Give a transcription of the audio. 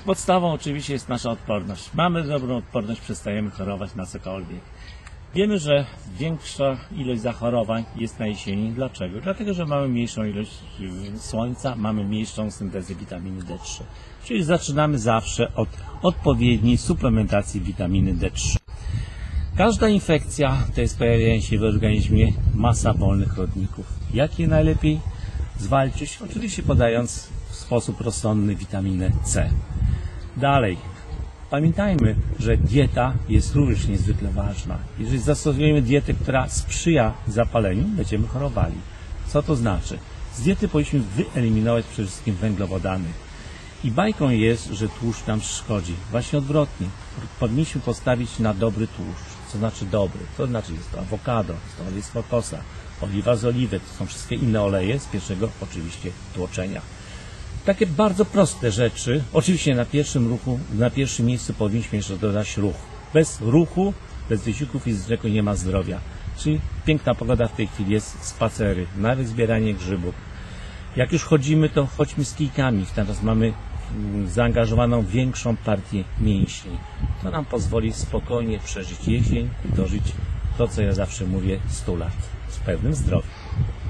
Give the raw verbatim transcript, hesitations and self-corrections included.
Podstawą oczywiście jest nasza odporność. Mamy dobrą odporność, przestajemy chorować na cokolwiek. Wiemy, że większa ilość zachorowań jest na jesieni. Dlaczego? Dlatego, że mamy mniejszą ilość słońca, mamy mniejszą syntezę witaminy D trzy. Czyli zaczynamy zawsze od odpowiedniej suplementacji witaminy D trzy. Każda infekcja to jest pojawiająca się w organizmie masa wolnych rodników. Jak je najlepiej zwalczyć? Oczywiście podając w sposób rozsądny witaminę C. Dalej, pamiętajmy, że dieta jest również niezwykle ważna. Jeżeli zastosujemy dietę, która sprzyja zapaleniu, będziemy chorowali. Co to znaczy? Z diety powinniśmy wyeliminować przede wszystkim węglowodany. I bajką jest, że tłuszcz nam szkodzi. Właśnie odwrotnie. Powinniśmy postawić na dobry tłuszcz. Co znaczy dobry? To znaczy jest to awokado, jest to olej z kokosa, oliwa z oliwek, to są wszystkie inne oleje z pierwszego oczywiście tłoczenia. Takie bardzo proste rzeczy. Oczywiście na pierwszym ruchu, na pierwszym miejscu powinniśmy jeszcze dodać ruch. Bez ruchu, bez wysiłku fizycznego nie ma zdrowia. Czyli piękna pogoda w tej chwili jest, spacery, nawet zbieranie grzybów. Jak już chodzimy, to chodźmy z kijkami. Teraz mamy zaangażowaną większą partię mięśni. To nam pozwoli spokojnie przeżyć jesień i dożyć to, co ja zawsze mówię, stu lat z pełnym zdrowiem.